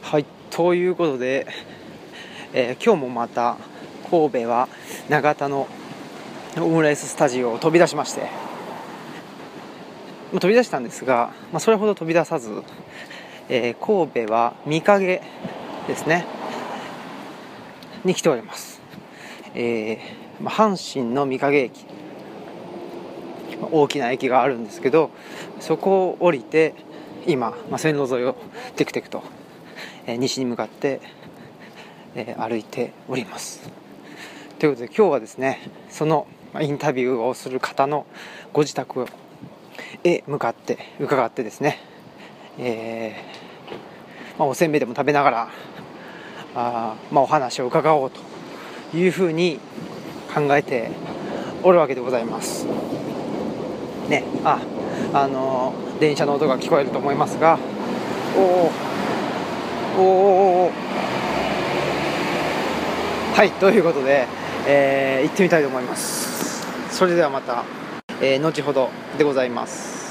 はい、ということで、今日もまた神戸は長田のオムライススタジオを飛び出しまして、飛び出したんですが、それほど飛び出さず、神戸は御影ですねに来ております。阪神の御影駅、大きな駅があるんですけど、そこを降りて今、線路沿いをテクテクと、西に向かって、歩いております。ということで今日はですね、そのインタビューをする方のご自宅へ向かって伺ってですね、おせんべいでも食べながらお話を伺おうというふうに考えておるわけでございますね。電車の音が聞こえると思いますが、はい、ということで、行ってみたいと思います。それではまた、後ほどでございます。